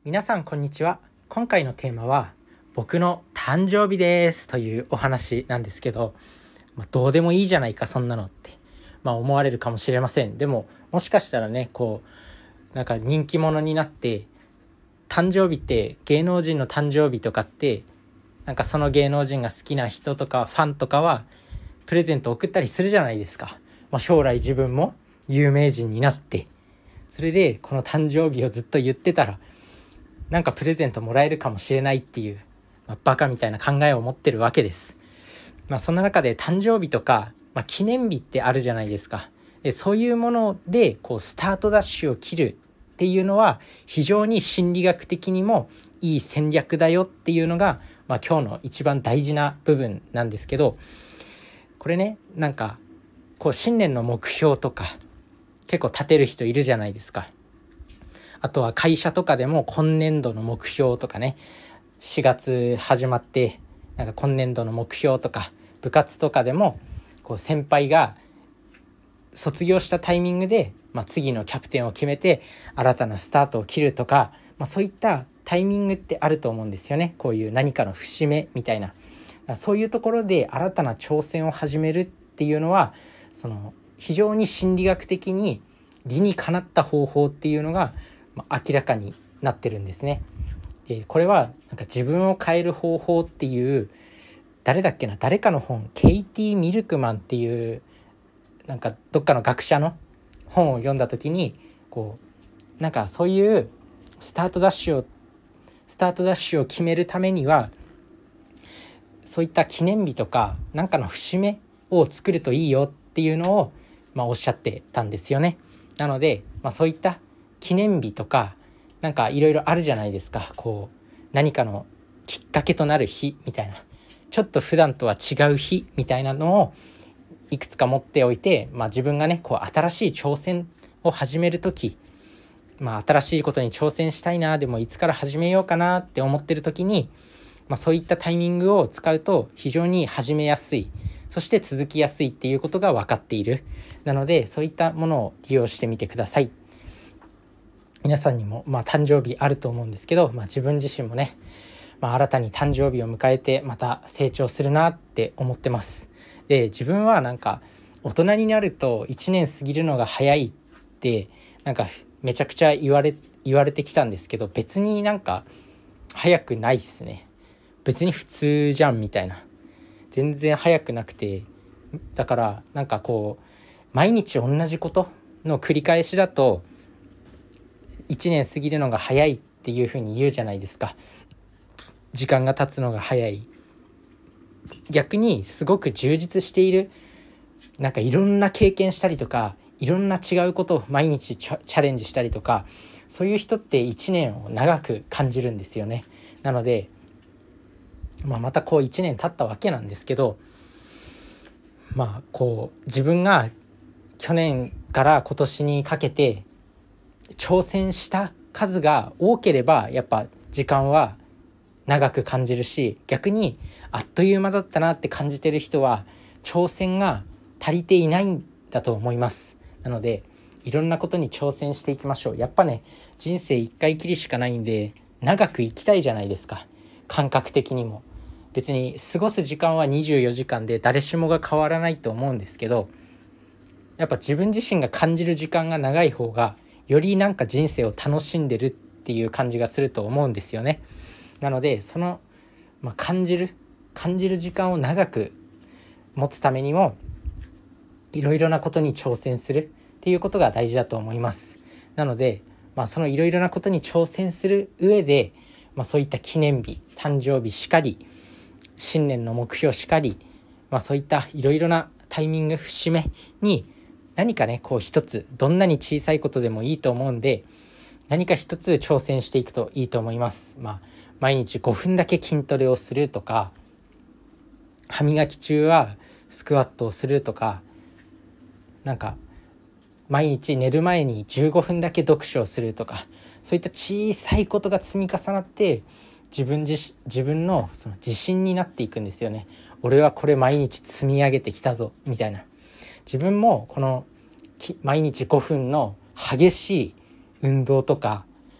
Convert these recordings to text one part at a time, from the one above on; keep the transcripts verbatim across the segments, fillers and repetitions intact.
皆さんこんにちは。今回のテーマは僕の誕生日ですというお話なんですけど、まあ、どうでもいいじゃないかそんなのって、まあ、思われるかもしれません。でももしかしたらね、こうなんか人気者になって誕生日って芸能人の誕生日とかってなんかその芸能人が好きな人とかファンとかはプレゼント送ったりするじゃないですか。まあ、将来自分も有名人になってそれでこの誕生日をずっと言ってたらなんかプレゼントもらえるかもしれないっていう、まあ、バカみたいな考えを持ってるわけです。まあ、そんな中で誕生日とか、まあ、記念日ってあるじゃないですか。でそういうものでこうスタートダッシュを切るっていうのは非常に心理学的にもいい戦略だよっていうのが、まあ、今日の一番大事な部分なんですけど、これね、なんかこう新年の目標とか結構立てる人いるじゃないですか。あとは会社とかでも今年度の目標とかね、しがつ始まってなんか今年度の目標とか、部活とかでもこう先輩が卒業したタイミングで、まあ、次のキャプテンを決めて新たなスタートを切るとか、まあ、そういったタイミングってあると思うんですよね。こういう何かの節目みたいな、そういうところで新たな挑戦を始めるっていうのはその非常に心理学的に理にかなった方法っていうのが明らかになってるんですね。でこれはなんか自分を変える方法っていう誰だっけな誰かの本、ケイティ・ミルクマンっていうなんかどっかの学者の本を読んだ時にこうなんかそういうスタートダッシュをスタートダッシュを決めるためにはそういった記念日とかなんかの節目を作るといいよっていうのを、まあ、おっしゃってたんですよね。なので、まあ、そういった記念日とかなんかいろいろあるじゃないですか。こう何かのきっかけとなる日みたいな、ちょっと普段とは違う日みたいなのをいくつか持っておいて、まあ、自分がねこう新しい挑戦を始める時、まあ、新しいことに挑戦したいな、でもいつから始めようかなって思ってる時に、まあ、そういったタイミングを使うと非常に始めやすい、そして続きやすいっていうことが分かっている。なのでそういったものを利用してみてください。皆さんにもまあ誕生日あると思うんですけど、まあ、自分自身もね、まあ、新たに誕生日を迎えてまた成長するなって思ってます。で自分はなんか大人になるといちねん過ぎるのが早いってなんかめちゃくちゃ言われ言われてきたんですけど、別になんか早くないですね。別に普通じゃんみたいな、全然早くなくて、だからなんかこう毎日同じことの繰り返しだといちねん過ぎるのが早いっていう風に言うじゃないですか。時間が経つのが早い。逆にすごく充実している、なんかいろんな経験したりとかいろんな違うことを毎日チャ、チャレンジしたりとか、そういう人っていちねんを長く感じるんですよね。なので、まあ、またこういちねん経ったわけなんですけど、まあこう自分が去年から今年にかけて挑戦した数が多ければやっぱ時間は長く感じるし、逆にあっという間だったなって感じてる人は挑戦が足りていないんだと思います。なのでいろんなことに挑戦していきましょう。やっぱね、人生一回きりしかないんで長く生きたいじゃないですか。感覚的にも別に過ごす時間はにじゅうよじかんで誰しもが変わらないと思うんですけど、やっぱ自分自身が感じる時間が長い方がよりなんか人生を楽しんでるっていう感じがすると思うんですよね。なのでその、まあ、感じる感じる時間を長く持つためにもいろいろなことに挑戦するっていうことが大事だと思います。なので、まあ、そのいろいろなことに挑戦する上で、まあ、そういった記念日、誕生日しかり、新年の目標しかり、まあ、そういったいろいろなタイミング、節目に何かねこう一つ、どんなに小さいことでもいいと思うんで何か一つ挑戦していくといいと思います。まあ毎日ごふんだけ筋トレをするとか、歯磨き中はスクワットをするとか、なんか毎日寝る前にじゅうごふんだけ読書をするとか、そういった小さいことが積み重なって自分自自分のその自信になっていくんですよね。俺はこれ毎日積み上げてきたぞみたいな。自分もこの毎日ごふんの激しい運動とか、あ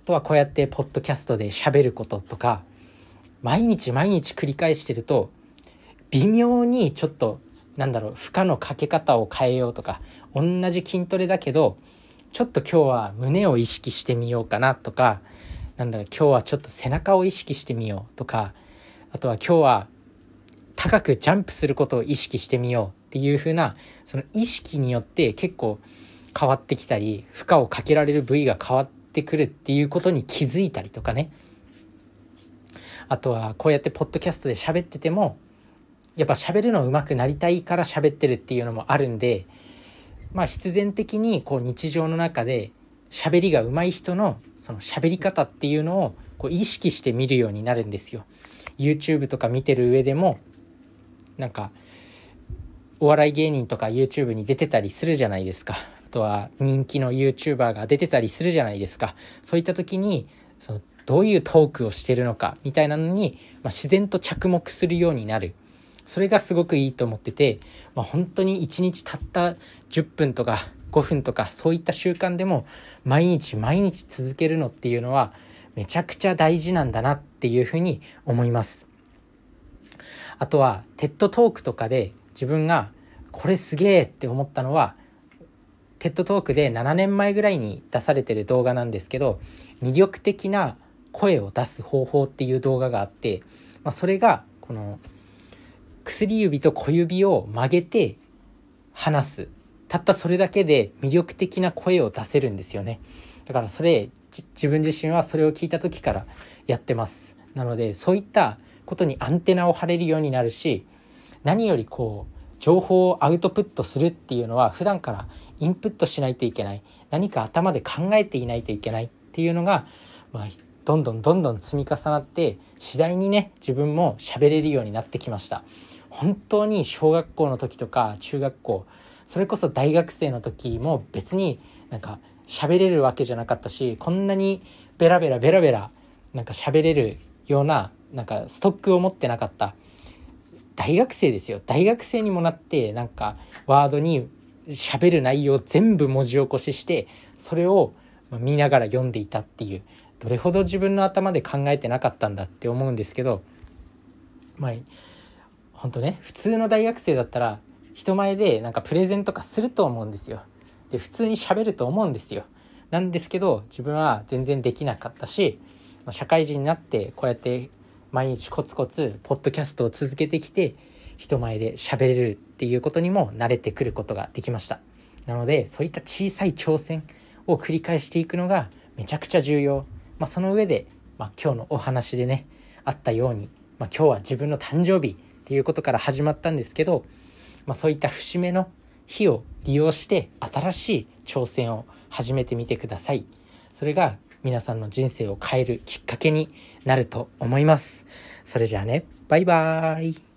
とはこうやってポッドキャストで喋ることとか、毎日毎日繰り返してると微妙にちょっとなんだろう負荷のかけ方を変えようとか、同じ筋トレだけどちょっと今日は胸を意識してみようかなとか、なんだろう今日はちょっと背中を意識してみようとか、あとは今日は高くジャンプすることを意識してみようっていう風な、その意識によって結構変わってきたり、負荷をかけられる部位が変わってくるっていうことに気づいたりとかね。あとはこうやってポッドキャストで喋っててもやっぱ喋るの上手くなりたいから喋ってるっていうのもあるんで、まあ必然的にこう日常の中で喋りが上手い人のその喋り方っていうのをこう意識して見るようになるんですよ。 YouTube とか見てる上でもなんかお笑い芸人とか YouTube に出てたりするじゃないですか。あとは人気の YouTuber が出てたりするじゃないですか。そういった時にそのどういうトークをしてるのかみたいなのに、まあ、自然と着目するようになる。それがすごくいいと思ってて、まあ、本当にいちにちたったじゅっぷんとかごふんとかそういった習慣でも毎日毎日続けるのっていうのはめちゃくちゃ大事なんだなっていうふうに思います。あとはテッドトークとかで自分がこれすげえって思ったのは、テッドトークでななねんまえぐらいに出されてる動画なんですけど、魅力的な声を出す方法っていう動画があって、まあ、それがこの薬指と小指を曲げて話す、たったそれだけで魅力的な声を出せるんですよね。だからそれ自分自身はそれを聞いた時からやってます。なのでそういったことにアンテナを張れるようになるし、何よりこう情報をアウトプットするっていうのは普段からインプットしないといけない、何か頭で考えていないといけないっていうのが、まあ、どんどんどんどん積み重なって次第にね自分も喋れるようになってきました。本当に小学校の時とか中学校、それこそ大学生の時も別になんか喋れるわけじゃなかったし、こんなにベラベラベラベラなんか喋れるようななんかストックを持ってなかった。大学生ですよ。大学生にもなってなんかワードに喋る内容を全部文字起こししてそれを見ながら読んでいたっていう、どれほど自分の頭で考えてなかったんだって思うんですけど、まあ本当ね、普通の大学生だったら人前でなんかプレゼンとかすると思うんですよ。で普通に喋ると思うんですよ。なんですけど自分は全然できなかったし、社会人になってこうやって毎日コツコツポッドキャストを続けてきて人前で喋れるっていうことにも慣れてくることができました。なのでそういった小さい挑戦を繰り返していくのがめちゃくちゃ重要。まあ、その上で、まあ、今日のお話でねあったように、まあ、今日は自分の誕生日っていうことから始まったんですけど、まあ、そういった節目の日を利用して新しい挑戦を始めてみてください。それが皆さんの人生を変えるきっかけになると思います。それじゃあね、バイバーイ。